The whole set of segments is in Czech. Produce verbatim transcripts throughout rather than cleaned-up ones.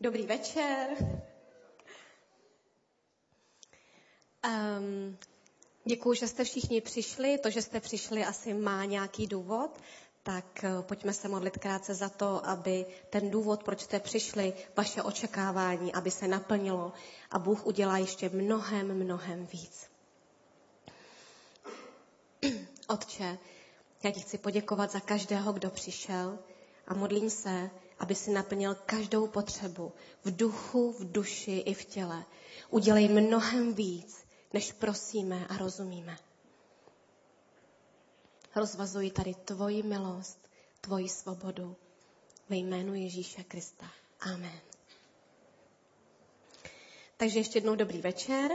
Dobrý večer. Um, děkuji, že jste všichni přišli. To, že jste přišli, asi má nějaký důvod. Tak uh, pojďme se modlit krátce za to, aby ten důvod, proč jste přišli, vaše očekávání, aby se naplnilo a Bůh udělá ještě mnohem, mnohem víc. Otče, já ti chci poděkovat za každého, kdo přišel a modlím se, aby si naplnil každou potřebu v duchu, v duši i v těle. Udělej mnohem víc, než prosíme a rozumíme. Rozvazuji tady tvoji milost, tvoji svobodu ve jménu Ježíše Krista. Amen. Takže ještě jednou dobrý večer.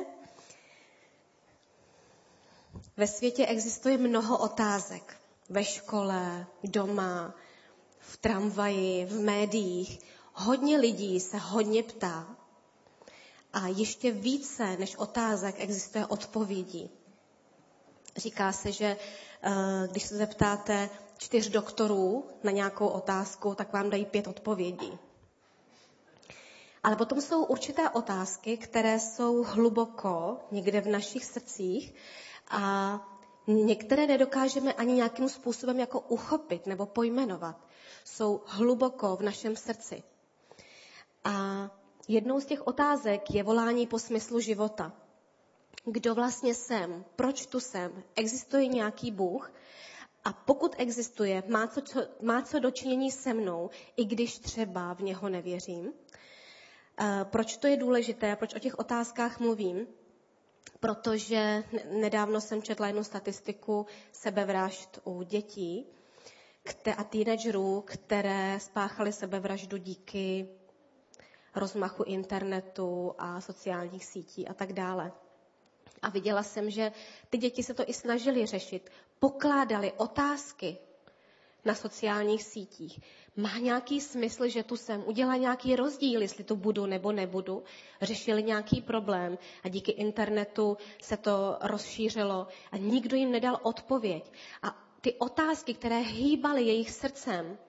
Ve světě existuje mnoho otázek. Ve škole, doma, v tramvaji, v médiích. Hodně lidí se hodně ptá. A ještě více než otázek existuje odpovědí. Říká se, že když se zeptáte čtyř doktorů na nějakou otázku, tak vám dají pět odpovědí. Ale potom jsou určité otázky, které jsou hluboko někde v našich srdcích a některé nedokážeme ani nějakým způsobem jako uchopit nebo pojmenovat. Jsou hluboko v našem srdci. A jednou z těch otázek je volání po smyslu života. Kdo vlastně jsem? Proč tu jsem? Existuje nějaký Bůh? A pokud existuje, má co, co, má co dočinění se mnou, i když třeba v něho nevěřím? E, proč to je důležité? Proč o těch otázkách mluvím? Protože nedávno jsem četla jednu statistiku sebevražd u dětí a teenagerů, které spáchaly sebevraždu díky rozmachu internetu a sociálních sítí a tak dále. A viděla jsem, že ty děti se to i snažily řešit. Pokládali otázky na sociálních sítích. Má nějaký smysl, že tu jsem? Udělá nějaký rozdíl, jestli tu budu nebo nebudu? Řešili nějaký problém a díky internetu se to rozšířilo a nikdo jim nedal odpověď. A ty otázky, které hýbaly jejich srdcem,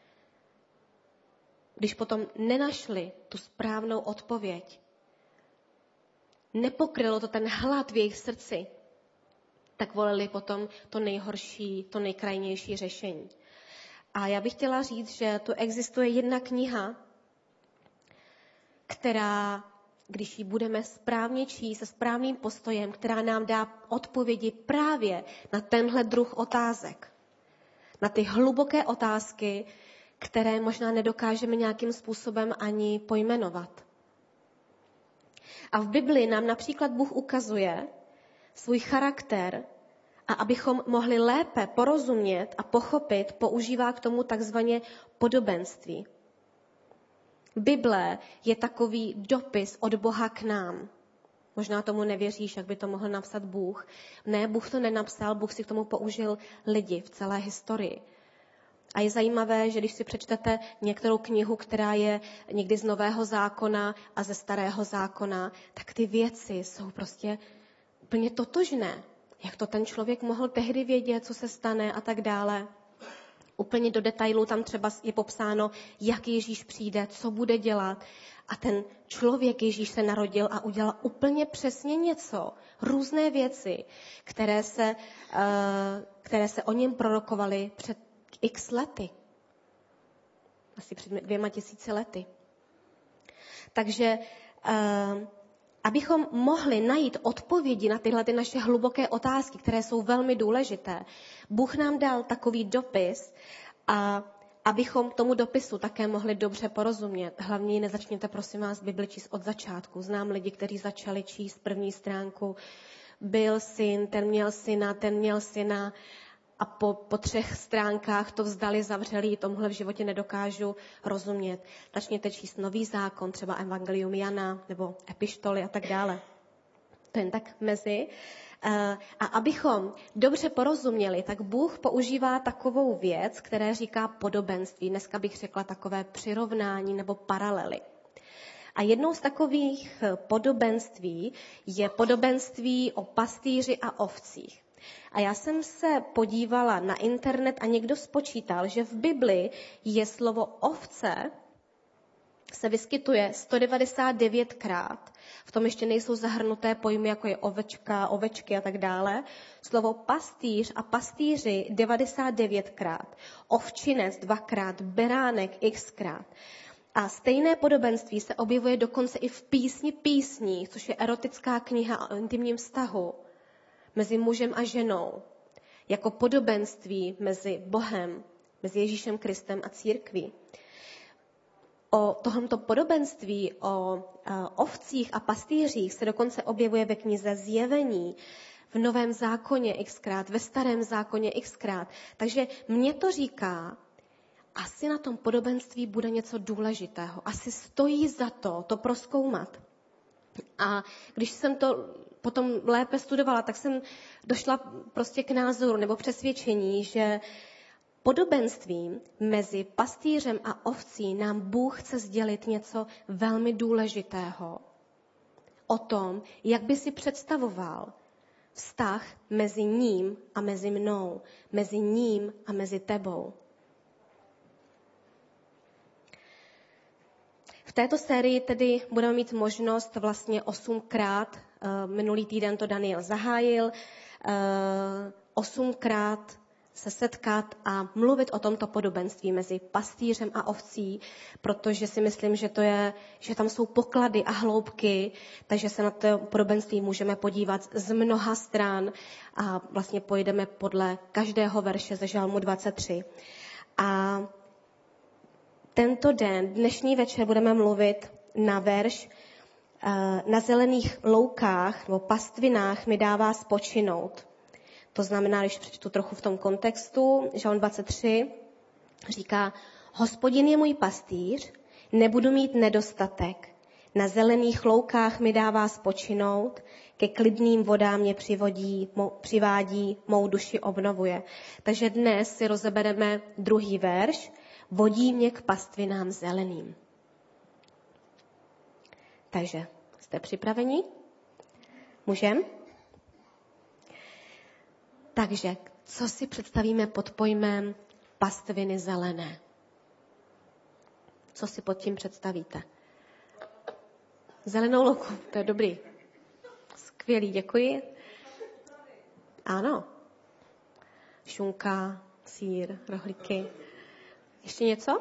když potom nenašli tu správnou odpověď, nepokrylo to ten hlad v jejich srdci, tak volili potom to nejhorší, to nejkrajnější řešení. A já bych chtěla říct, že tu existuje jedna kniha, která, když ji budeme správně číst se správným postojem, která nám dá odpovědi právě na tenhle druh otázek. Na ty hluboké otázky, které možná nedokážeme nějakým způsobem ani pojmenovat. A v Bibli nám například Bůh ukazuje svůj charakter a abychom mohli lépe porozumět a pochopit, používá k tomu takzvaně podobenství. Bible je takový dopis od Boha k nám. Možná tomu nevěříš, jak by to mohl napsat Bůh. Ne, Bůh to nenapsal, Bůh si k tomu použil lidi v celé historii. A je zajímavé, že když si přečtete některou knihu, která je někdy z Nového zákona a ze Starého zákona, tak ty věci jsou prostě úplně totožné. Jak to ten člověk mohl tehdy vědět, co se stane a tak dále. Úplně do detailů tam třeba je popsáno, jak Ježíš přijde, co bude dělat. A ten člověk Ježíš se narodil a udělal úplně přesně něco. Různé věci, které se, které se o něm prorokovaly před x lety. Asi před dvěma tisíci lety. Takže uh, abychom mohli najít odpovědi na tyhle ty naše hluboké otázky, které jsou velmi důležité, Bůh nám dal takový dopis a abychom tomu dopisu také mohli dobře porozumět. Hlavně nezačněte, prosím vás, Bibli číst od začátku. Znám lidi, kteří začali číst první stránku. Byl syn, ten měl syna, ten měl syna. A po, po třech stránkách to vzdali, zavřeli, tomuhle v životě nedokážu rozumět. Začněte číst Nový zákon, třeba Evangelium Jana nebo epištoly a tak dále. To jen tak mezi. A abychom dobře porozuměli, tak Bůh používá takovou věc, která říká podobenství. Dneska bych řekla takové přirovnání nebo paralely. A jednou z takových podobenství je podobenství o pastýři a ovcích. A já jsem se podívala na internet a někdo spočítal, že v Bibli je slovo ovce se vyskytuje sto devadesát devět krát. V tom ještě nejsou zahrnuté pojmy, jako je ovečka, ovečky a tak dále. Slovo pastýř a pastýři devadesát devět krát. Ovčinec dvakrát, beránek xkrát. A stejné podobenství se objevuje dokonce i v písni písní, což je erotická kniha o intimním vztahu mezi mužem a ženou. Jako podobenství mezi Bohem, mezi Ježíšem Kristem a církví. O tomto podobenství o ovcích a pastýřích se dokonce objevuje ve knize Zjevení, v Novém zákoně xkrát, ve Starém zákoně xkrát. Takže mě to říká, asi na tom podobenství bude něco důležitého. Asi stojí za to to prozkoumat. A když jsem to potom lépe studovala, tak jsem došla prostě k názoru nebo přesvědčení, že podobenstvím mezi pastýřem a ovcí nám Bůh chce sdělit něco velmi důležitého. O tom, jak by si představoval vztah mezi ním a mezi mnou, mezi ním a mezi tebou. V této sérii tedy budeme mít možnost vlastně osmkrát, minulý týden to Daniel zahájil, osmkrát se setkat a mluvit o tomto podobenství mezi pastýřem a ovcí, protože si myslím, že to je, že tam jsou poklady a hloubky, takže se na to podobenství můžeme podívat z mnoha stran a vlastně pojedeme podle každého verše ze Žalmu dvacet tři. A tento den, dnešní večer, budeme mluvit na verš na zelených loukách nebo pastvinách mi dává spočinout. To znamená, když přečtu trochu v tom kontextu, Žalm dvacet tři říká, Hospodin je můj pastýř, nebudu mít nedostatek. Na zelených loukách mi dává spočinout, ke klidným vodám mě přivodí, mou, přivádí, mou duši obnovuje. Takže dnes si rozebereme druhý verš, vodí mě k pastvinám zeleným. Takže jste připraveni? Můžem? Takže, co si představíme pod pojmem pastviny zelené? Co si pod tím představíte? Zelenou louku, to je dobrý. Skvělý, děkuji. Ano. Šunka, sýr, rohlíky. Ještě něco?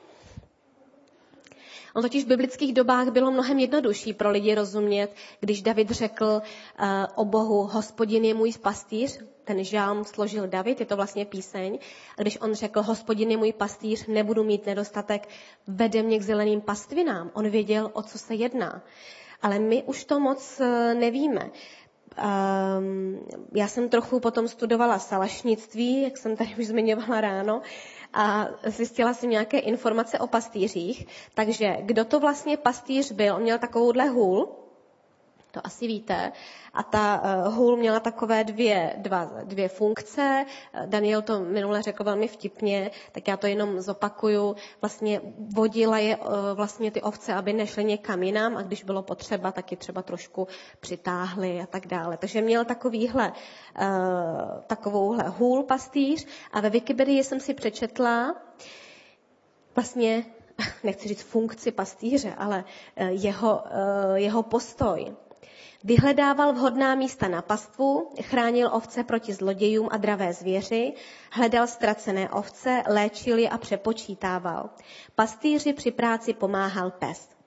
On totiž v biblických dobách bylo mnohem jednodušší pro lidi rozumět, když David řekl uh, o Bohu, Hospodin je můj pastýř, ten žálm složil David, je to vlastně píseň, a když on řekl, Hospodin je můj pastýř, nebudu mít nedostatek, vede mě k zeleným pastvinám. On věděl, o co se jedná. Ale my už to moc uh, nevíme. Um, já jsem trochu potom studovala salašnictví, jak jsem tady už zmiňovala ráno, a zjistila jsem nějaké informace o pastýřích. Takže kdo to vlastně pastýř byl? On měl takovouhle hůl, to asi víte, a ta uh, hůl měla takové dvě, dva, dvě funkce. Daniel to minule řekl velmi vtipně, tak já to jenom zopakuju. Vlastně vodila je uh, vlastně ty ovce, aby nešly někam jinam a když bylo potřeba, tak je třeba trošku přitáhly a tak dále. Takže měl takovýhle, uh, takovouhle hůl pastýř a ve Wikipedii jsem si přečetla vlastně, nechci říct funkci pastýře, ale uh, jeho, uh, jeho postoj. Vyhledával vhodná místa na pastvu, chránil ovce proti zlodějům a dravé zvěři, hledal ztracené ovce, léčil je a přepočítával. Pastýři při práci pomáhal pes.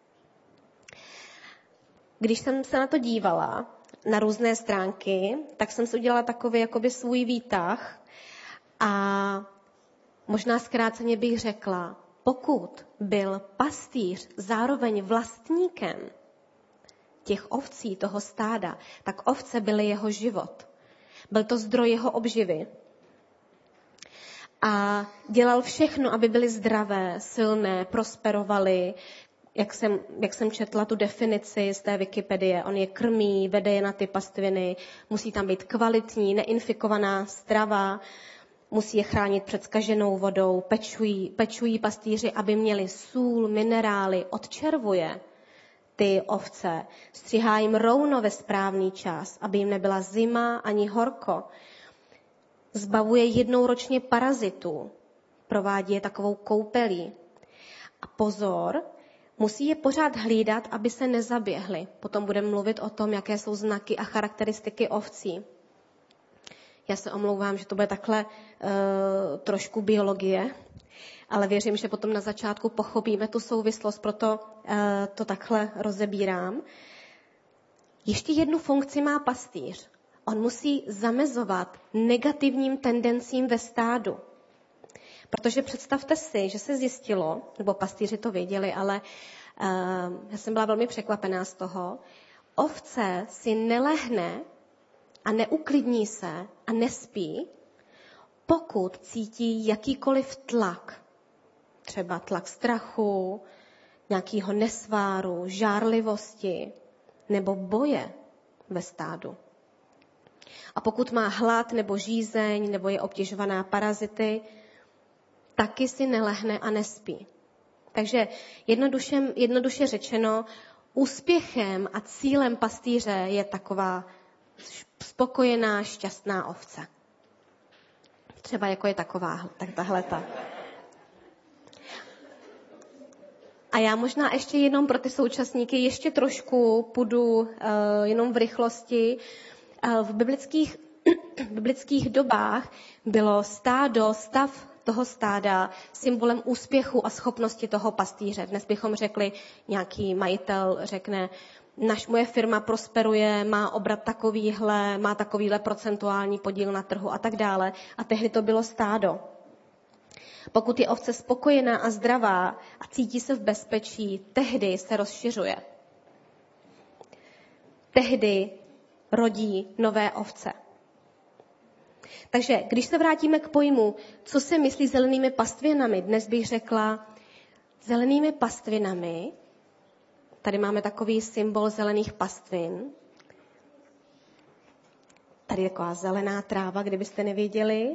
Když jsem se na to dívala, na různé stránky, tak jsem si udělala takový jakoby svůj výtah a možná zkráceně bych řekla, pokud byl pastýř zároveň vlastníkem těch ovcí, toho stáda, tak ovce byly jeho život. Byl to zdroj jeho obživy. A dělal všechno, aby byly zdravé, silné, prosperovaly. Jak jsem, jak jsem četla tu definici z té Wikipedie, on je krmí, vede je na ty pastviny, musí tam být kvalitní, neinfikovaná strava, musí je chránit před zkaženou vodou, pečují, pečují pastýři, aby měli sůl, minerály, odčervuje ty ovce, střihá jim rouno ve správný čas, aby jim nebyla zima ani horko. Zbavuje jednou ročně parazitů, provádí je takovou koupelí. A pozor, musí je pořád hlídat, aby se nezaběhly. Potom budeme mluvit o tom, jaké jsou znaky a charakteristiky ovcí. Já se omlouvám, že to bude takhle uh, trošku biologie, ale věřím, že potom na začátku pochopíme tu souvislost, proto uh, to takhle rozebírám. Ještě jednu funkci má pastýř. On musí zamezovat negativním tendencím ve stádu. Protože představte si, že se zjistilo, nebo pastýři to věděli, ale uh, já jsem byla velmi překvapená z toho, ovce si nelehne a neuklidní se a nespí, pokud cítí jakýkoliv tlak. Třeba tlak strachu, nějakého nesváru, žárlivosti nebo boje ve stádu. A pokud má hlad nebo žízeň nebo je obtěžovaná parazity, taky si nelehne a nespí. Takže jednoduše, jednoduše řečeno, úspěchem a cílem pastýře je taková spokojená, šťastná ovce. Třeba jako je taková, tak tahle ta. A já možná ještě jenom pro ty současníky ještě trošku půjdu uh, jenom v rychlosti. Uh, v biblických, v biblických dobách bylo stádo, stav toho stáda symbolem úspěchu a schopnosti toho pastýře. Dnes bychom řekli, nějaký majitel řekne, naš, moje firma prosperuje, má obrat takovýhle, má takovýhle procentuální podíl na trhu a tak dále. A tehdy to bylo stádo. Pokud je ovce spokojená a zdravá a cítí se v bezpečí, tehdy se rozšiřuje. Tehdy rodí nové ovce. Takže když se vrátíme k pojmu, co se myslí zelenými pastvinami, dnes bych řekla, zelenými pastvinami, tady máme takový symbol zelených pastvin, tady je taková zelená tráva, kdybyste nevěděli,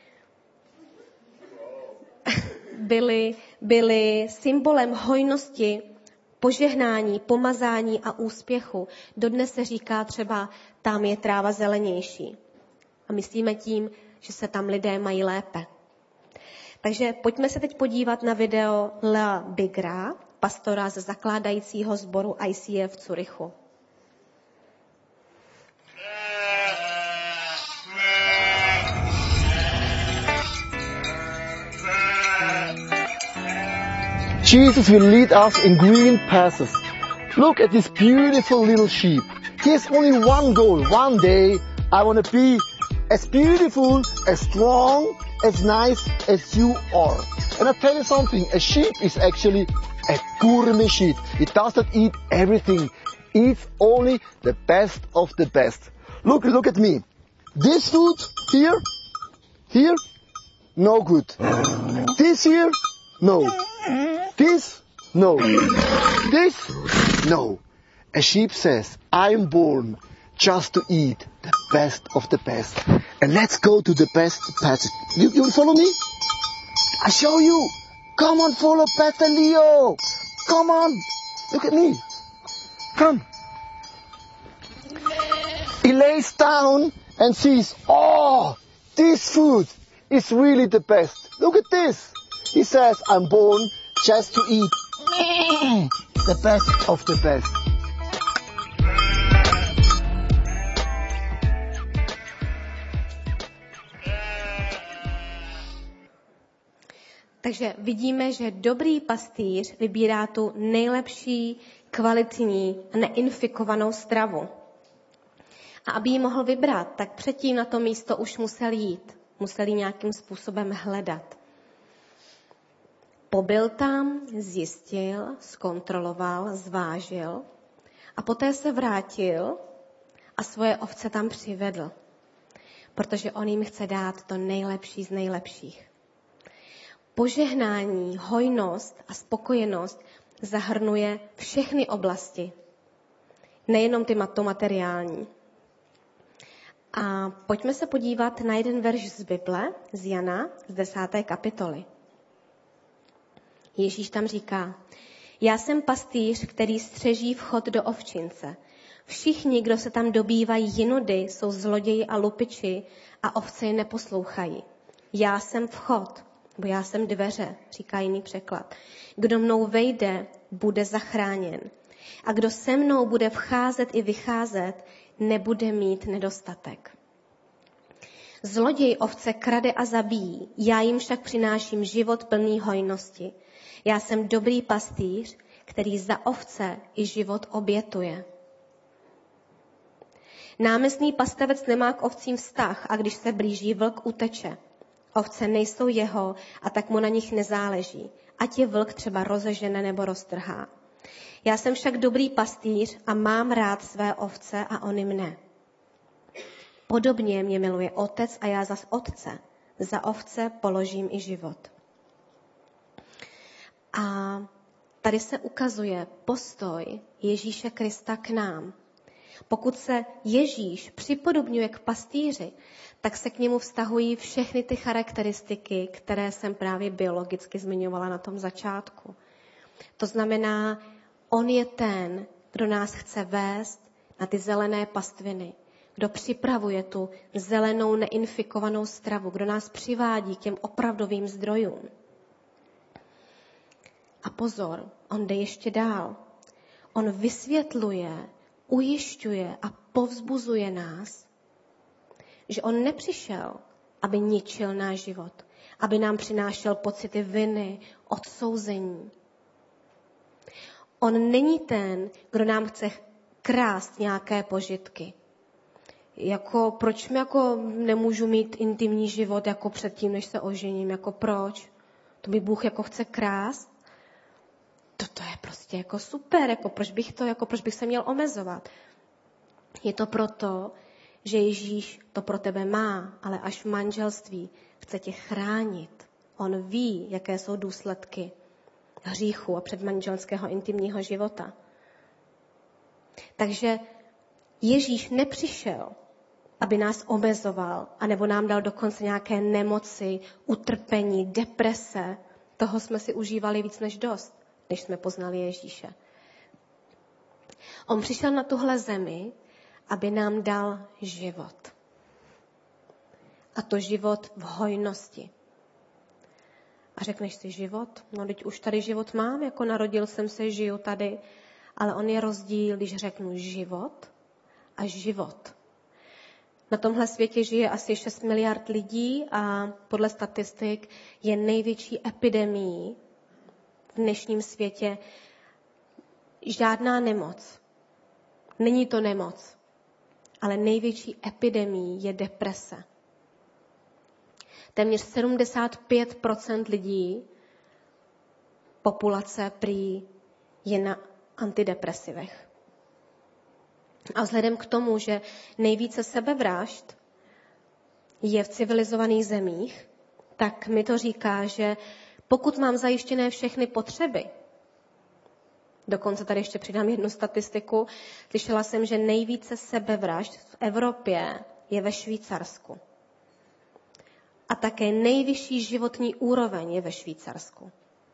byly, byly symbolem hojnosti, požehnání, pomazání a úspěchu. Dodnes se říká třeba, tam je tráva zelenější. A myslíme tím, že se tam lidé mají lépe. Takže pojďme se teď podívat na video Lea Bigra, pastora ze zakládajícího sboru I C F v Curychu. Jesus will lead us in green paths. Look at this beautiful little sheep. He has only one goal. One day I want to be as beautiful, as strong, as nice as you are. And I tell you something, a sheep is actually a gourmet sheep. It does not eat everything. It eats only the best of the best. Look, look at me. This food here, here, no good. This here, no. This, no. This, no. A sheep says, I am born just to eat the best of the best. And let's go to the best patch. You, you follow me? I show you. Come on, follow Pastor Leo. Come on. Look at me. Come. He lays down and sees, oh, this food is really the best. Look at this. He says, I'm born just to eat the best of the best. Takže vidíme, že dobrý pastýř vybírá tu nejlepší, kvalitní a neinfikovanou stravu. A aby ji mohl vybrat, tak předtím na to místo už musel jít. Musel ji nějakým způsobem hledat. Pobyl tam, zjistil, zkontroloval, zvážil a poté se vrátil a svoje ovce tam přivedl. Protože on jim chce dát to nejlepší z nejlepších. Požehnání, hojnost a spokojenost zahrnuje všechny oblasti. Nejenom ty to materiální. A pojďme se podívat na jeden verš z Bible, z Jana, z desáté kapitoly. Ježíš tam říká, já jsem pastýř, který střeží vchod do ovčince. Všichni, kdo se tam dobývají jinudy, jsou zloději a lupiči a ovce je neposlouchají. Já jsem vchod. Bo já jsem dveře, říká jiný překlad. Kdo mnou vejde, bude zachráněn. A kdo se mnou bude vcházet i vycházet, nebude mít nedostatek. Zloděj ovce krade a zabíjí, já jim však přináším život plný hojnosti. Já jsem dobrý pastýř, který za ovce i život obětuje. Námestný pastevec nemá k ovcím vztah a když se blíží vlk, uteče. Ovce nejsou jeho a tak mu na nich nezáleží, ať je vlk třeba rozežene nebo roztrhá. Já jsem však dobrý pastýř a mám rád své ovce a oni mne. Podobně mě miluje otec a já zas otce. Za ovce položím i život. A tady se ukazuje postoj Ježíše Krista k nám. Pokud se Ježíš připodobňuje k pastýři, tak se k němu vztahují všechny ty charakteristiky, které jsem právě biologicky zmiňovala na tom začátku. To znamená, on je ten, kdo nás chce vést na ty zelené pastviny, kdo připravuje tu zelenou neinfikovanou stravu, kdo nás přivádí k těm opravdovým zdrojům. A pozor, on jde ještě dál. On vysvětluje, ujišťuje a povzbuzuje nás, že on nepřišel, aby ničil náš život, aby nám přinášel pocity viny, odsouzení. On není ten, kdo nám chce krást nějaké požitky. Jako, proč mi jako nemůžu mít intimní život jako předtím, než se ožením? Jako proč? To by Bůh jako chce krást? Toto je prostě jako super, jako proč bych to, jako proč bych se měl omezovat? Je to proto, že Ježíš to pro tebe má, ale až v manželství chce tě chránit. On ví, jaké jsou důsledky hříchu a předmanželského intimního života. Takže Ježíš nepřišel, aby nás omezoval, anebo nám dal dokonce nějaké nemoci, utrpení, deprese. Toho jsme si užívali víc než dost, než jsme poznali Ježíše. On přišel na tuhle zemi, aby nám dal život. A to život v hojnosti. A řekneš si život? No teď už tady život mám, jako narodil jsem se, žiju tady, ale on je rozdíl, když řeknu život a život. Na tomhle světě žije asi šest miliard lidí a podle statistik je největší epidemií v dnešním světě žádná nemoc. Není to nemoc, ale největší epidemií je deprese. Téměř sedmdesát pět procent lidí populace prý je na antidepresivech. A vzhledem k tomu, že nejvíce sebevražd je v civilizovaných zemích, tak mi to říká, že pokud mám zajištěné všechny potřeby, dokonce tady ještě přidám jednu statistiku, slyšela jsem, že nejvíce sebevražd v Evropě je ve Švýcarsku. A také nejvyšší životní úroveň je ve Švýcarsku.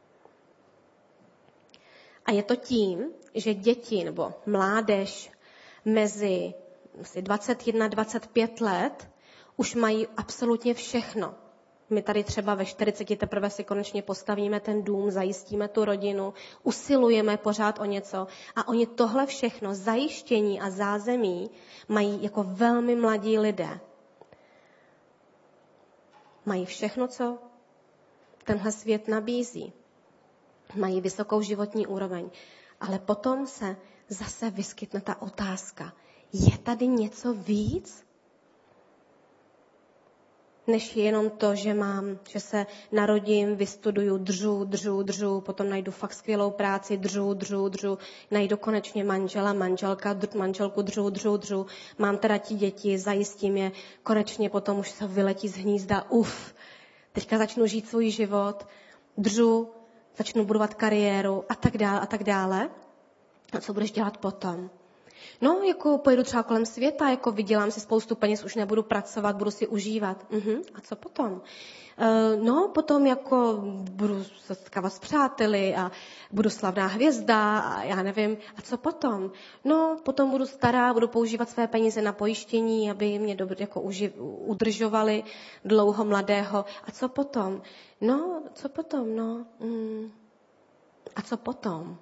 A je to tím, že děti nebo mládež mezi dvacet jedna dvacet pět let už mají absolutně všechno. My tady třeba ve čtyřiceti teprve si konečně postavíme ten dům, zajistíme tu rodinu, usilujeme pořád o něco a oni tohle všechno, zajištění a zázemí, mají jako velmi mladí lidé. Mají všechno, co tenhle svět nabízí. Mají vysokou životní úroveň. Ale potom se zase vyskytne ta otázka. Je tady něco víc? Než jenom to, že mám, že se narodím, vystuduju, držu, držu, držu, potom najdu fakt skvělou práci, držu, držu, držu, najdu konečně manžela, manželka, manželku, držu, držu, držu, mám teda ti děti, zajistím je, konečně potom už se vyletí z hnízda, uf, teďka začnu žít svůj život, držu, začnu budovat kariéru a tak dále a tak dále. A co budeš dělat potom? No, jako pojedu třeba kolem světa, jako vydělám si spoustu peněz, už nebudu pracovat, budu si užívat. Mhm. A co potom? No, potom jako budu se setkávat s přáteli a budu slavná hvězda a já nevím. A co potom? No, potom budu stará, budu používat své peníze na pojištění, aby mě dobře jako uži, udržovali dlouho mladého. A co potom? No, co potom? No, mm. A co potom?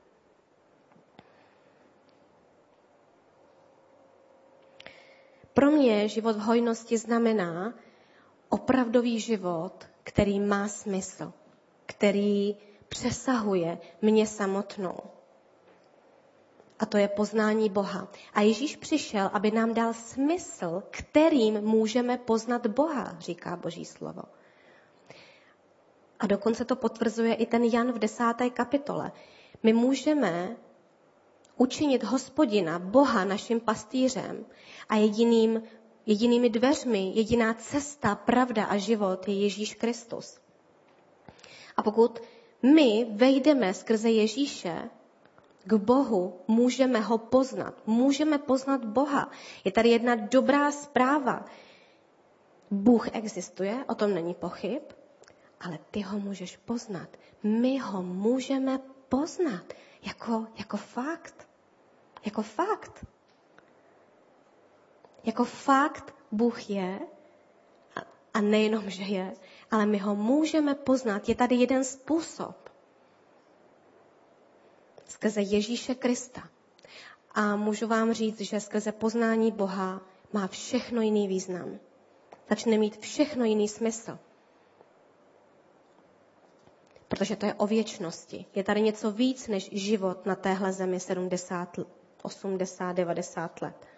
Pro mě život v hojnosti znamená opravdový život, který má smysl, který přesahuje mě samotnou. A to je poznání Boha. A Ježíš přišel, aby nám dal smysl, kterým můžeme poznat Boha, říká Boží slovo. A dokonce to potvrzuje i ten Jan v desáté kapitole. My můžeme učinit Hospodina, Boha, naším pastýřem a jediným, jedinými dveřmi, jediná cesta, pravda a život je Ježíš Kristus. A pokud my vejdeme skrze Ježíše k Bohu, můžeme ho poznat. Můžeme poznat Boha. Je tady jedna dobrá zpráva. Bůh existuje, o tom není pochyb, ale ty ho můžeš poznat. My ho můžeme poznat jako, jako fakt. Jako fakt. Jako fakt Bůh je, a nejenom, že je, ale my ho můžeme poznat. Je tady jeden způsob. Skrze Ježíše Krista. A můžu vám říct, že skrze poznání Boha má všechno jiný význam. Začne mít všechno jiný smysl. Protože to je o věčnosti. Je tady něco víc než život na téhle zemi sedmdesát, osmdesát, devadesát let.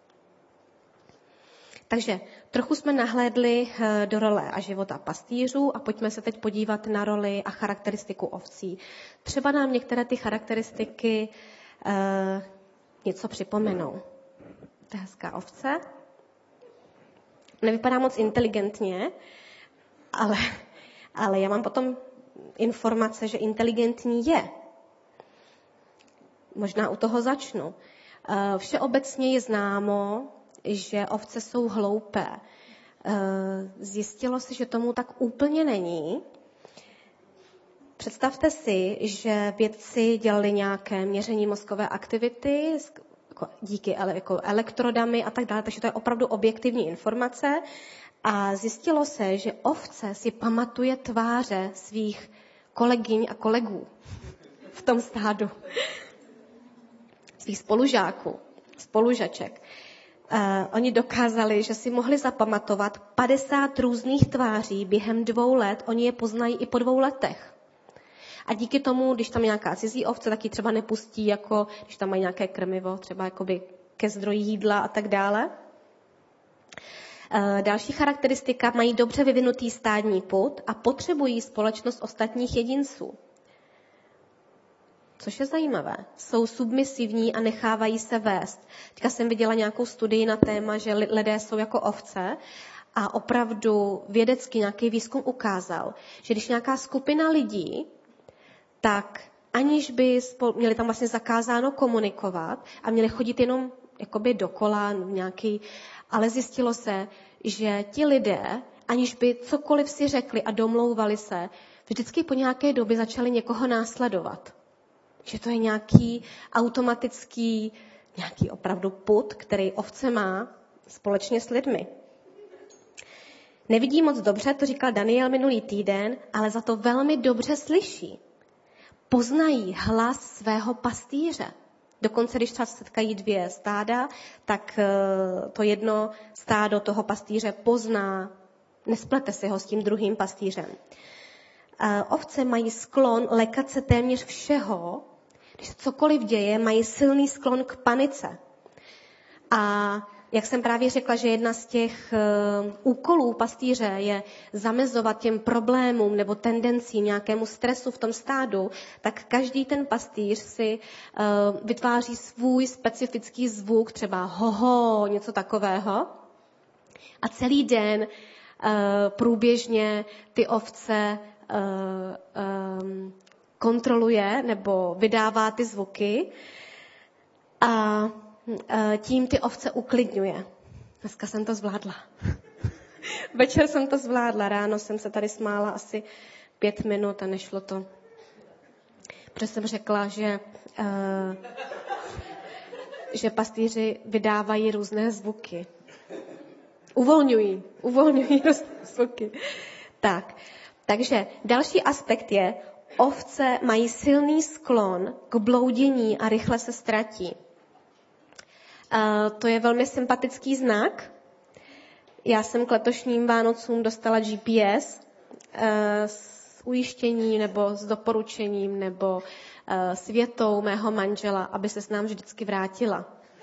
Takže trochu jsme nahlédli do role a života pastýřů a pojďme se teď podívat na roli a charakteristiku ovcí. Třeba nám některé ty charakteristiky eh, něco připomenou. To je hezká ovce. Nevypadá moc inteligentně, ale, ale já mám potom informace, že inteligentní je. Možná u toho začnu. Eh, všeobecně je známo, že ovce jsou hloupé. Zjistilo se, že tomu tak úplně není. Představte si, že vědci dělali nějaké měření mozkové aktivity díky jako elektrodami a tak dále, takže to je opravdu objektivní informace. A zjistilo se, že ovce si pamatuje tváře svých kolegyň a kolegů v tom stádu. Svých spolužáků, spolužaček. Uh, oni dokázali, že si mohli zapamatovat padesát různých tváří během dvou let. Oni je poznají i po dvou letech. A díky tomu, když tam je nějaká cizí ovce, tak ji třeba nepustí, jako když tam mají nějaké krmivo, třeba jakoby ke zdroji jídla a tak dále. Uh, další charakteristika, mají dobře vyvinutý stádní pud a potřebují společnost ostatních jedinců. Což je zajímavé. Jsou submisivní a nechávají se vést. Teďka jsem viděla nějakou studii na téma, že lidé jsou jako ovce a opravdu vědecky nějaký výzkum ukázal, že když nějaká skupina lidí, tak aniž by spol- měli tam vlastně zakázáno komunikovat a měli chodit jenom jakoby dokola nějaký, ale zjistilo se, že ti lidé, aniž by cokoliv si řekli a domlouvali se, vždycky po nějaké době začali někoho následovat. Že to je nějaký automatický, nějaký opravdu pud, který ovce má společně s lidmi. Nevidí moc dobře, to říkal Daniel minulý týden, ale za to velmi dobře slyší. Poznají hlas svého pastýře. Dokonce, když třeba setkají dvě stáda, tak to jedno stádo toho pastýře pozná, nesplete si ho s tím druhým pastýřem. Ovce mají sklon lékat se téměř všeho. Když se cokoliv děje, mají silný sklon k panice. A jak jsem právě řekla, že jedna z těch uh, úkolů pastýře je zamezovat těm problémům nebo tendencím, nějakému stresu v tom stádu, tak každý ten pastýř si uh, vytváří svůj specifický zvuk, třeba hoho, něco takového. A celý den uh, průběžně ty ovce uh, um, kontroluje nebo vydává ty zvuky. A tím ty ovce uklidňuje. Dneska jsem to zvládla. Večer jsem to zvládla, ráno jsem se tady smála asi pět minut a nešlo to. Protože jsem řekla, že, uh, že pastýři vydávají různé zvuky. Uvolňují, uvolňují různé zvuky. Tak, takže další aspekt je, ovce mají silný sklon k bloudění a rychle se ztratí. Uh, to je velmi sympatický znak. Já jsem k letošním Vánocům dostala G P S uh, s ujištěním nebo s doporučením nebo uh, s větou mého manžela, aby se s nám vždycky vrátila.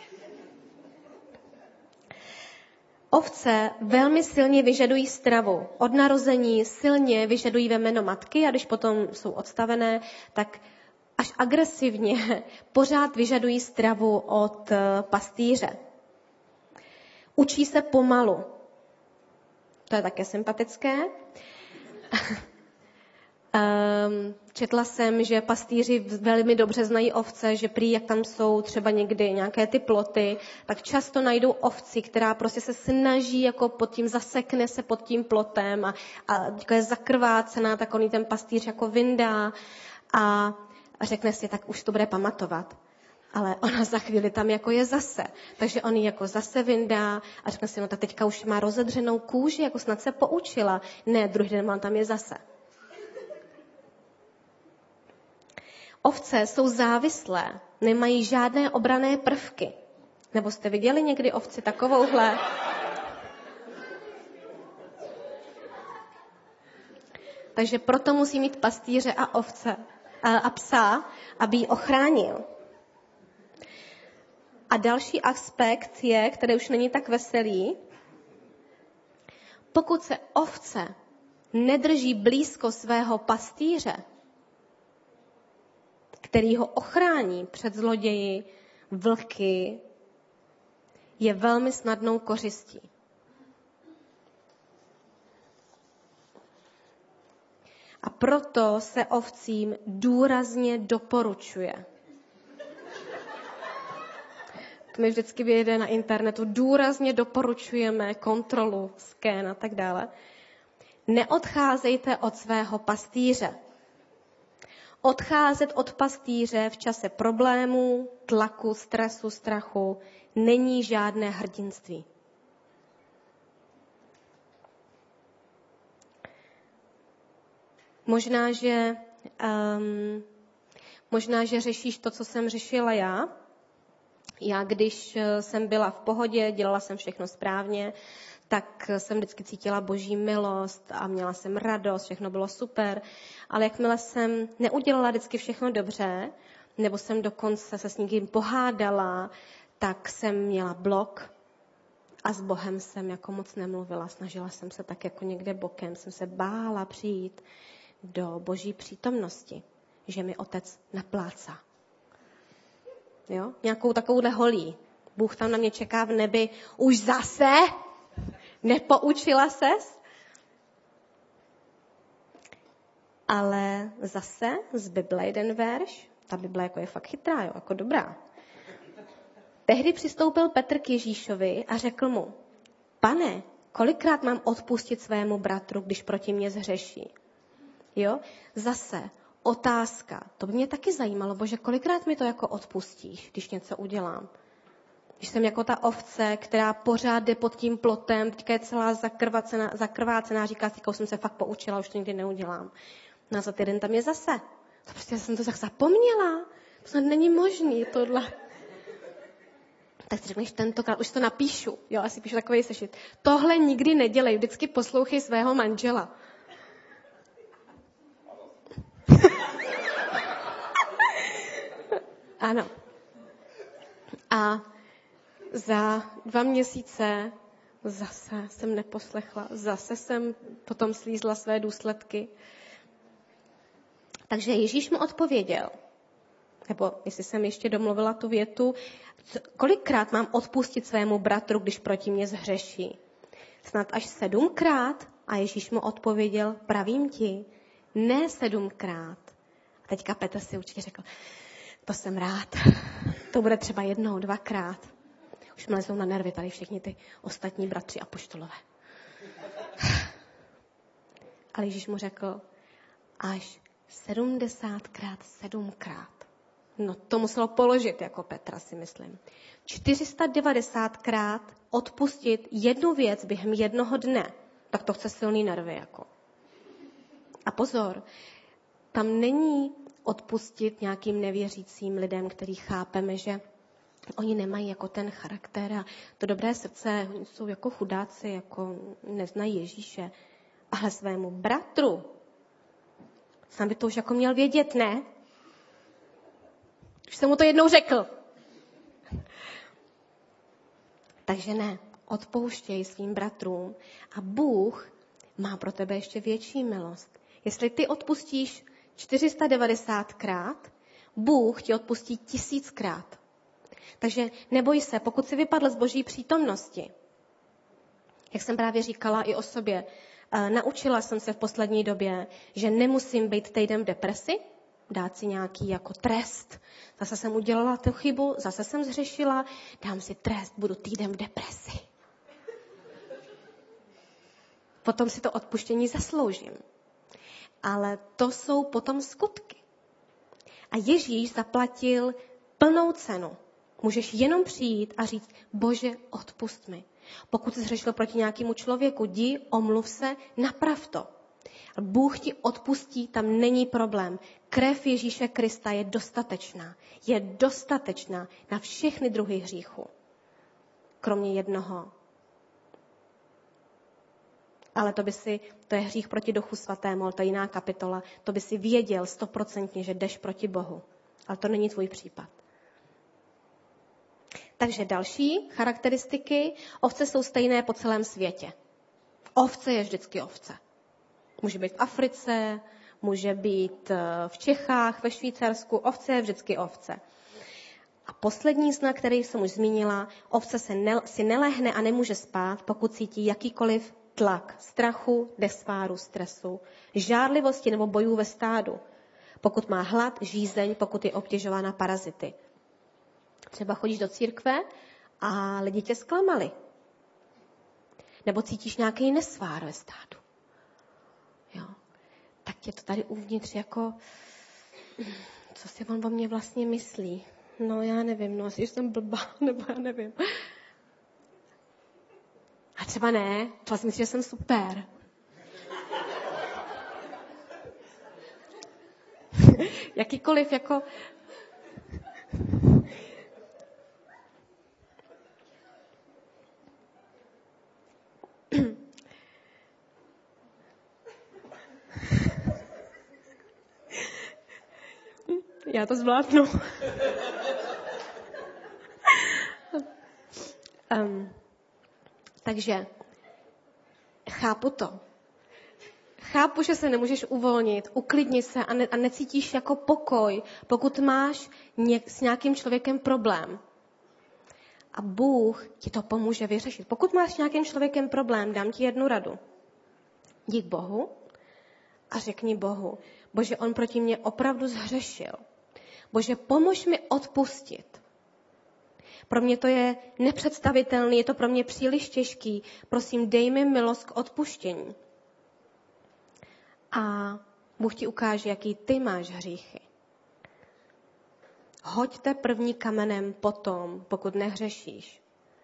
Ovce velmi silně vyžadují stravu. Od narození silně vyžadují ve jméno matky a když potom jsou odstavené, tak až agresivně pořád vyžadují stravu od pastýře. Učí se pomalu. To je také sympatické. Četla jsem, že pastýři velmi dobře znají ovce, že prý, jak tam jsou třeba někdy nějaké ty ploty, tak často najdou ovci, která prostě se snaží, jako pod tím zasekne se pod tím plotem a, a je zakrvácená, tak on jí ten pastýř jako vyndá a řekne si, tak už to bude pamatovat. Ale ona za chvíli tam jako je zase. Takže on ji jako zase vyndá a řekne si, no tak teďka už má rozedřenou kůži, jako snad se poučila. Ne, druhý den on tam je zase. Ovce jsou závislé, nemají žádné obranné prvky. Nebo jste viděli někdy ovci takovouhle? Takže proto musí mít pastýře a ovce a, a psa, aby ji ochránil. A další aspekt je, který už není tak veselý, pokud se ovce nedrží blízko svého pastýře, který ho ochrání před zloději, vlky, je velmi snadnou kořistí. A proto se ovcím důrazně doporučuje. To mi vždycky vyjede na internetu. Důrazně doporučujeme kontrolu, skén a tak dále. Neodcházejte od svého pastýře. Odcházet od pastýře v čase problémů, tlaku, stresu, strachu není žádné hrdinství. Možná, že, um, možná, že řešíš to, co jsem řešila já. Já, když jsem byla v pohodě, dělala jsem všechno správně, tak jsem vždycky cítila boží milost a měla jsem radost, všechno bylo super. Ale jakmile jsem neudělala vždycky všechno dobře, nebo jsem dokonce se s někým pohádala, tak jsem měla blok a s Bohem jsem jako moc nemluvila. Snažila jsem se tak jako někde bokem, jsem se bála přijít do boží přítomnosti, že mi otec naplácá. Jo? Nějakou takovouhle holí. Bůh tam na mě čeká v nebi. Už zase? Nepoučila ses? Ale zase z Bible jeden verš. Ta Bible jako je fakt chytrá, jo? Jako dobrá. Tehdy přistoupil Petr k Ježíšovi a řekl mu, Pane, kolikrát mám odpustit svému bratru, když proti mě zhřeší? Jo? Zase otázka. To by mě taky zajímalo, Bože, kolikrát mi to jako odpustíš, když něco udělám? Když jsem jako ta ovce, která pořád jde pod tím plotem, teďka je celá zakrvácená, zakrvácená říká si, už jsem se fakt poučila, už to nikdy neudělám. No a za týden tam je zase. To prostě jsem to tak zapomněla. To snad není možný, tohle. Tak si řekneš, tentokrát už to napíšu. Jo, asi píšu takový sešit. Tohle nikdy nedělej, vždycky poslouchej svého manžela. Ano. A za dva měsíce zase jsem neposlechla, zase jsem potom slízla své důsledky. Takže Ježíš mu odpověděl, nebo jestli jsem ještě domluvila tu větu, kolikrát mám odpustit svému bratru, když proti mě zhřeší? Snad až sedmkrát? A Ježíš mu odpověděl, pravím ti, ne sedmkrát. A teďka Petr si určitě řekl, to jsem rád, to bude třeba jednou, dvakrát. Už mi lezou na nervy tady všichni ty ostatní bratři apoštolové. Ale Ježíš mu řekl, až sedmdesátkrát sedmkrát. No to muselo položit jako Petra, si myslím. čtyři sta devadesátkrát odpustit jednu věc během jednoho dne. Tak to chce silný nervy. Jako. A pozor, tam není odpustit nějakým nevěřícím lidem, který chápeme, že oni nemají jako ten charakter a to dobré srdce, oni jsou jako chudáci, jako neznají Ježíše. Ale svému bratru, sám by to už jako měl vědět, ne? Už jsem mu to jednou řekl. Takže ne, odpouštěj svým bratrům a Bůh má pro tebe ještě větší milost. Jestli ty odpustíš čtyři sta devadesátkrát, Bůh ti odpustí tisíckrát. Takže neboj se, pokud jsi vypadl z Boží přítomnosti. Jak jsem právě říkala i o sobě, naučila jsem se v poslední době, že nemusím být týden v depresi, dát si nějaký jako trest. Zase jsem udělala tu chybu, zase jsem zřešila, dám si trest, budu týden v depresi. Potom si to odpuštění zasloužím. Ale to jsou potom skutky. A Ježíš zaplatil plnou cenu. Můžeš jenom přijít a říct, Bože, odpust mi. Pokud jsi zřešil proti nějakému člověku, jdi, omluv se, naprav to. Bůh ti odpustí, tam není problém. Krev Ježíše Krista je dostatečná. Je dostatečná na všechny druhy hříchu. Kromě jednoho. Ale to by si, to je hřích proti Duchu Svatému, ale to je jiná kapitola. To by si věděl stoprocentně, že jdeš proti Bohu. Ale to není tvůj případ. Takže další charakteristiky. Ovce jsou stejné po celém světě. Ovce je vždycky ovce. Může být v Africe, může být v Čechách, ve Švýcarsku. Ovce je vždycky ovce. A poslední znak, který jsem už zmínila, ovce se ne, si nelehne a nemůže spát, pokud cítí jakýkoliv tlak, strachu, desváru, stresu, žárlivosti nebo bojů ve stádu. Pokud má hlad, žízeň, pokud je obtěžována parazity. Třeba chodíš do církve a lidi tě zklamali. Nebo cítíš nějaký nesvár ve stádu. Jo. Tak tě to tady uvnitř jako, co si on o mě vlastně myslí. No já nevím, no asi jsem blbá, nebo já nevím. A třeba ne, třeba si myslím, že jsem super. Jakýkoliv jako... Já to zvládnu. um, takže chápu to. Chápu, že se nemůžeš uvolnit, uklidni se a, ne, a necítíš jako pokoj, pokud máš něk, s nějakým člověkem problém. A Bůh ti to pomůže vyřešit. Pokud máš s nějakým člověkem problém, dám ti jednu radu. Jdi k Bohu a řekni Bohu, Bože, on proti mě opravdu zhřešil. Bože, pomož mi odpustit. Pro mě to je nepředstavitelné, je to pro mě příliš těžký. Prosím, dej mi milost k odpuštění. A Bůh ti ukáže, jaký ty máš hříchy. Hoďte první kamenem potom, pokud nehřešíš.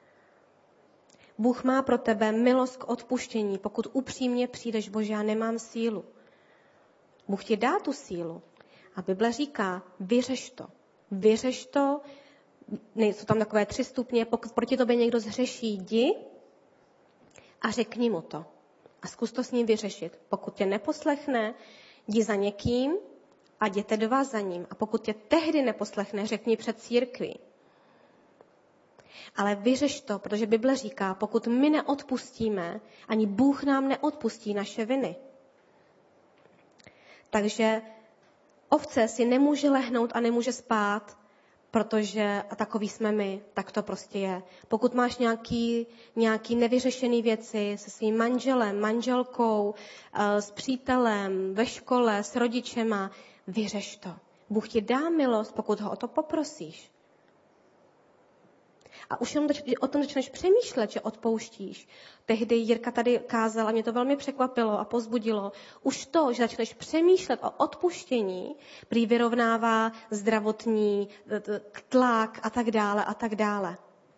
Bůh má pro tebe milost k odpuštění, pokud upřímně přijdeš, Bože, já nemám sílu. Bůh ti dá tu sílu. A Bible říká, vyřeš to. Vyřeš to, nejsou tam takové tři stupně, pokud proti tobě někdo zhřeší, jdi a řekni mu to. A zkus to s ním vyřešit. Pokud tě neposlechne, jdi za někým a jděte dva za ním. A pokud tě tehdy neposlechne, řekni před církví. Ale vyřeš to, protože Bible říká, pokud my neodpustíme, ani Bůh nám neodpustí naše viny. Takže ovce si nemůže lehnout a nemůže spát, protože a takový jsme my, tak to prostě je. Pokud máš nějaký, nějaký nevyřešený věci se svým manželem, manželkou, s přítelem, ve škole, s rodičema, vyřeš to. Bůh ti dá milost, pokud ho o to poprosíš. A už jenom o tom začneš přemýšlet, že odpouštíš. Tehdy Jirka tady kázala, a mě to velmi překvapilo a povzbudilo. Už to, že začneš přemýšlet o odpuštění, prý vyrovnává zdravotní tlak a tak dále a tak dále.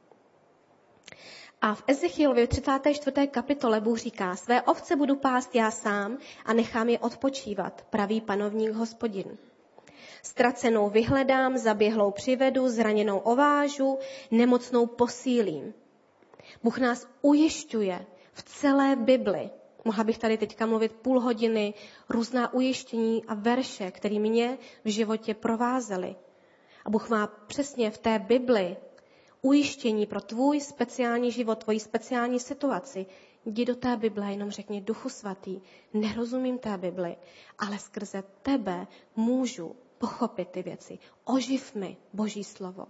A v Ezechielově třicáté čtvrté kapitole Bůh říká, své ovce budu pást já sám a nechám je odpočívat, pravý panovník Hospodin. Ztracenou vyhledám, zaběhlou přivedu, zraněnou ovážu, nemocnou posílím. Bůh nás ujišťuje v celé Bibli. Mohla bych tady teďka mluvit půl hodiny, různá ujištění a verše, které mě v životě provázely. A Bůh má přesně v té Bibli ujištění pro tvůj speciální život, tvoji speciální situaci. Jdi do té Bible, jenom řekni, Duchu svatý, nerozumím té Bibli, ale skrze tebe můžu pochopit ty věci. Oživ mi Boží slovo.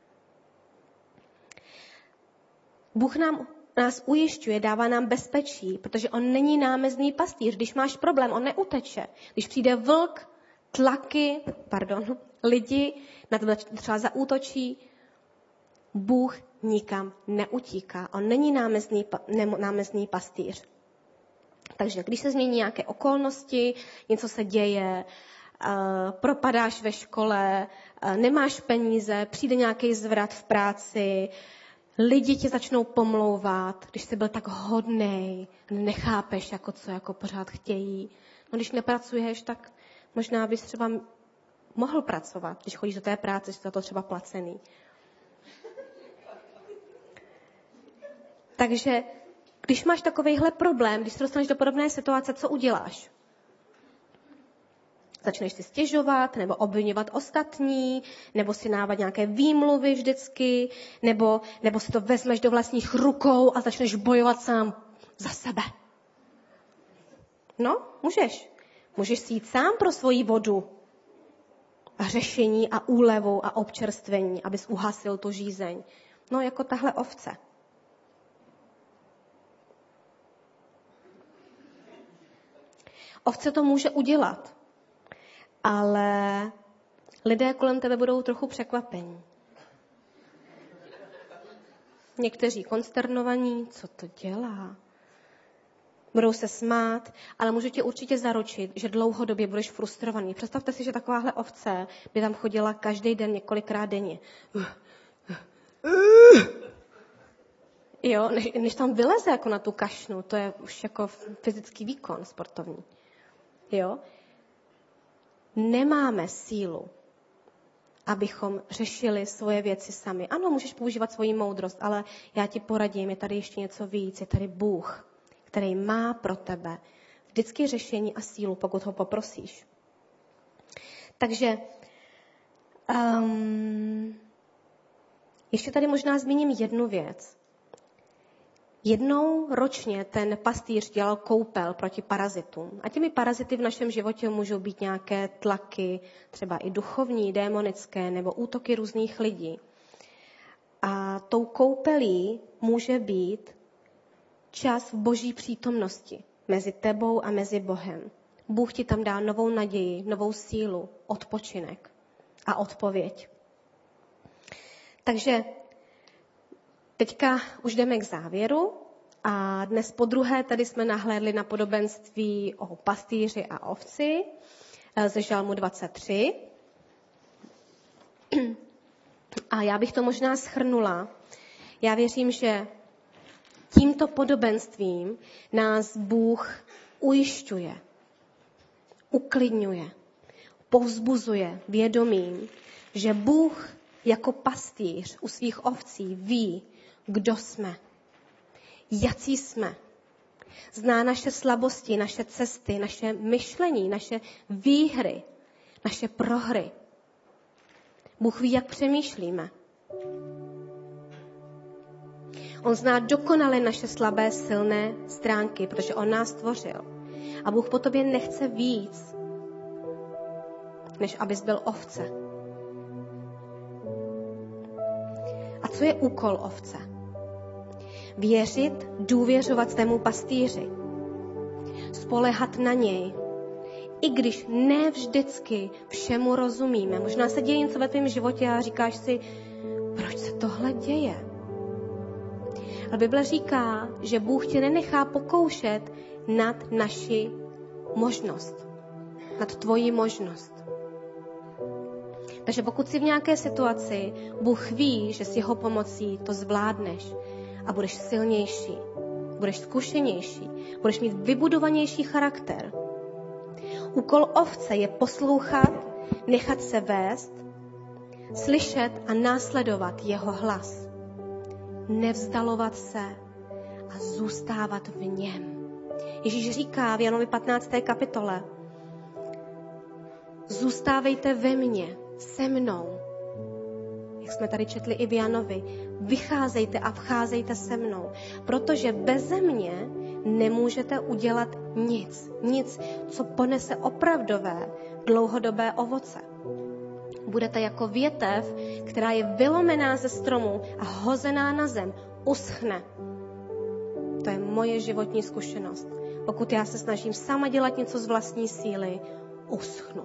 Bůh nám, nás ujišťuje, dává nám bezpečí, protože on není námezný pastýř. Když máš problém, on neuteče. Když přijde vlk, tlaky, pardon, lidi na tebe třeba zaútočí, Bůh nikam neutíká. On není námezný, námezný pastýř. Takže když se změní nějaké okolnosti, něco se děje, Uh, propadáš ve škole, uh, nemáš peníze, přijde nějaký zvrat v práci, lidi tě začnou pomlouvat, když jsi byl tak hodnej, nechápeš, jako co jako pořád chtějí. No když nepracuješ, tak možná bys třeba mohl pracovat, když chodíš do té práce, jsi za to třeba placený. Takže když máš takovejhle problém, když se dostaneš do podobné situace, co uděláš? Začneš si stěžovat, nebo obviňovat ostatní, nebo si návat nějaké výmluvy vždycky, nebo, nebo si to vezmeš do vlastních rukou a začneš bojovat sám za sebe. No, můžeš. Můžeš si jít sám pro svoji vodu a řešení a úlevu a občerstvení, abys uhasil tu žízeň. No, jako tahle ovce. Ovce to může udělat. Ale lidé kolem tebe budou trochu překvapení. Někteří konsternovaní, co to dělá. Budou se smát, ale můžu tě určitě zaručit, že dlouhodobě budeš frustrovaný. Představte si, že takováhle ovce by tam chodila každý den, několikrát denně. Jo, než, než tam vyleze jako na tu kašnu, to je už jako fyzický výkon sportovní. Jo. Nemáme sílu, abychom řešili svoje věci sami. Ano, můžeš používat svoji moudrost, ale já ti poradím, je tady ještě něco víc. Je tady Bůh, který má pro tebe vždycky řešení a sílu, pokud ho poprosíš. Takže um, ještě tady možná zmíním jednu věc. Jednou ročně ten pastýř dělal koupel proti parazitům. A těmi parazity v našem životě můžou být nějaké tlaky, třeba i duchovní, démonické, nebo útoky různých lidí. A tou koupelí může být čas v Boží přítomnosti mezi tebou a mezi Bohem. Bůh ti tam dá novou naději, novou sílu, odpočinek a odpověď. Takže teďka už jdeme k závěru a dnes podruhé tady jsme nahlédli na podobenství o pastýři a ovci ze Žalmu dvacet tři. A já bych to možná shrnula. Já věřím, že tímto podobenstvím nás Bůh ujišťuje, uklidňuje, povzbuzuje vědomím, že Bůh jako pastýř u svých ovcí ví, kdo jsme, jací jsme. Zná naše slabosti, naše cesty, naše myšlení, naše výhry, naše prohry. Bůh ví, jak přemýšlíme. On zná dokonale naše slabé, silné stránky, protože on nás stvořil. A Bůh po tobě nechce víc, než abys byl ovce. A co je úkol ovce? Věřit, důvěřovat svému pastýři. Spoléhat na něj. I když ne vždycky všemu rozumíme. Možná se děje něco ve tvém životě a říkáš si, proč se tohle děje? Ale Bible říká, že Bůh tě nenechá pokoušet nad naši možnost. Nad tvoji možnost. Takže pokud jsi v nějaké situaci, Bůh ví, že s jeho pomocí to zvládneš a budeš silnější, budeš zkušenější, budeš mít vybudovanější charakter. Úkol ovce je poslouchat, nechat se vést, slyšet a následovat jeho hlas. Nevzdalovat se a zůstávat v něm. Ježíš říká v Janovi patnácté kapitole: zůstávejte ve mně, se mnou. Jak jsme tady četli i v Janovi, vycházejte a vcházejte se mnou, protože beze mě nemůžete udělat nic. Nic, co ponese opravdové, dlouhodobé ovoce. Budete jako větev, která je vylomená ze stromu a hozená na zem, uschne. To je moje životní zkušenost. Pokud já se snažím sama dělat něco z vlastní síly, uschnu.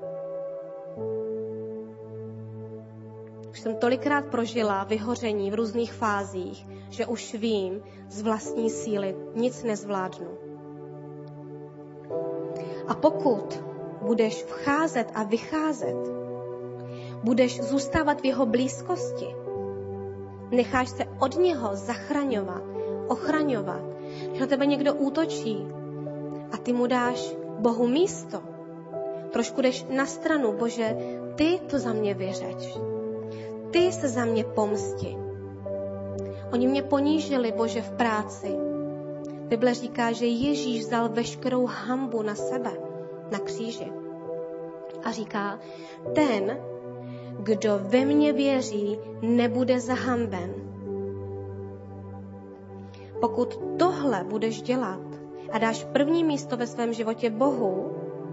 Už jsem tolikrát prožila vyhoření v různých fázích, že už vím, z vlastní síly nic nezvládnu. A pokud budeš vcházet a vycházet, budeš zůstávat v jeho blízkosti, necháš se od něho zachraňovat, ochraňovat, když na tebe někdo útočí a ty mu dáš Bohu místo, trošku jdeš na stranu, Bože, ty to za mě vyřeč. Ty se za mě pomsti. Oni mě ponížili, Bože, v práci. Bible říká, že Ježíš vzal veškerou hanbu na sebe, na kříži. A říká, ten, kdo ve mně věří, nebude zahanben. Pokud tohle budeš dělat a dáš první místo ve svém životě Bohu,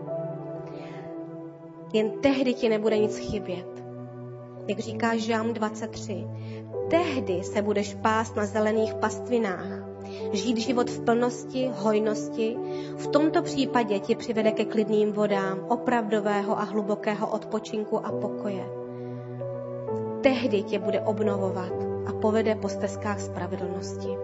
jen tehdy ti nebude nic chybět. Jak říká Žalm dvacet tři, tehdy se budeš pást na zelených pastvinách, žít život v plnosti, hojnosti, v tomto případě ti přivede ke klidným vodám opravdového a hlubokého odpočinku a pokoje. Tehdy tě bude obnovovat a povede po stezkách spravedlnosti.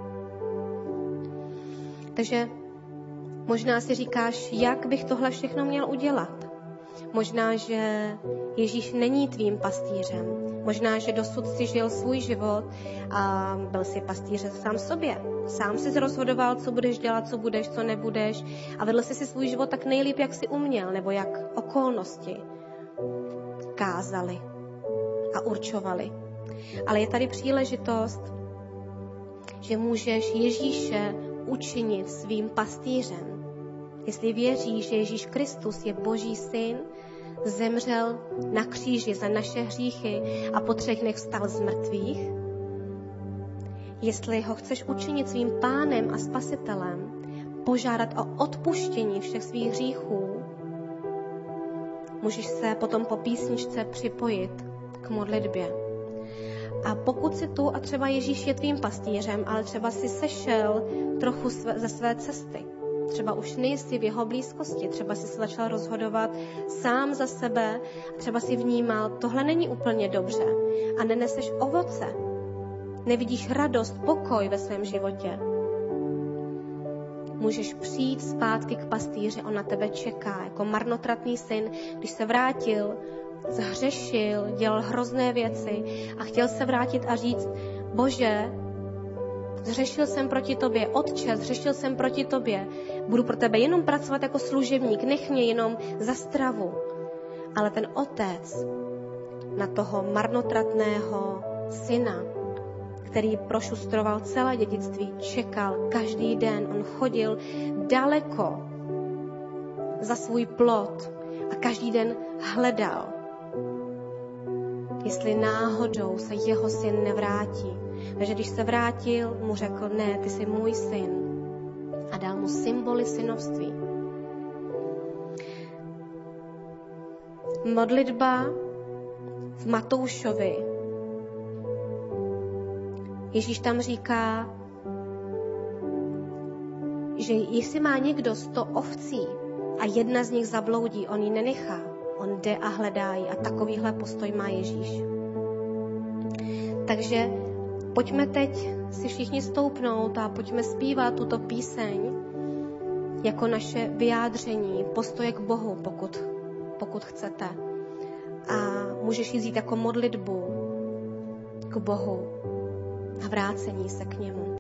Takže možná si říkáš, jak bych tohle všechno měl udělat. Možná, že Ježíš není tvým pastýřem. Možná, že dosud si žil svůj život a byl si pastýřem sám sobě. Sám jsi rozhodoval, co budeš dělat, co budeš, co nebudeš a vedl jsi si svůj život tak nejlíp, jak jsi uměl, nebo jak okolnosti kázali a určovali. Ale je tady příležitost, že můžeš Ježíše učinit svým pastýřem. Jestli věříš, že Ježíš Kristus je Boží syn, zemřel na kříži za naše hříchy a po třech dnech vstal z mrtvých, jestli ho chceš učinit svým pánem a spasitelem, požádat o odpuštění všech svých hříchů, můžeš se potom po písničce připojit k modlitbě. A pokud si tu a třeba Ježíš je tvým pastýřem, ale třeba si sešel trochu ze své cesty, třeba už nejsi v jeho blízkosti, třeba si se začal rozhodovat sám za sebe, třeba si vnímal, tohle není úplně dobře a neneseš ovoce, nevidíš radost, pokoj ve svém životě. Můžeš přijít zpátky k pastýři, on na tebe čeká, jako marnotratný syn, když se vrátil, zhřešil, dělal hrozné věci a chtěl se vrátit a říct, Bože, zřešil jsem proti tobě, Otče, zřešil jsem proti tobě, budu pro tebe jenom pracovat jako služebník, nech mě jenom za stravu. Ale ten otec na toho marnotratného syna, který prošustroval celé dědictví, čekal každý den, on chodil daleko za svůj plot a každý den hledal, jestli náhodou se jeho syn nevrátí. Takže když se vrátil, mu řekl, ne, ty jsi můj syn. A dal mu symboly synovství. Modlitba v Matoušovi. Ježíš tam říká, že jestli má někdo sto ovcí a jedna z nich zabloudí, on ji nenechá. On jde a hledá ji a takovýhle postoj má Ježíš. Takže pojďme teď si všichni stoupnout a pojďme zpívat tuto píseň jako naše vyjádření, postoje k Bohu, pokud, pokud chcete. A můžeš ji vzít jako modlitbu k Bohu a vrácení se k němu.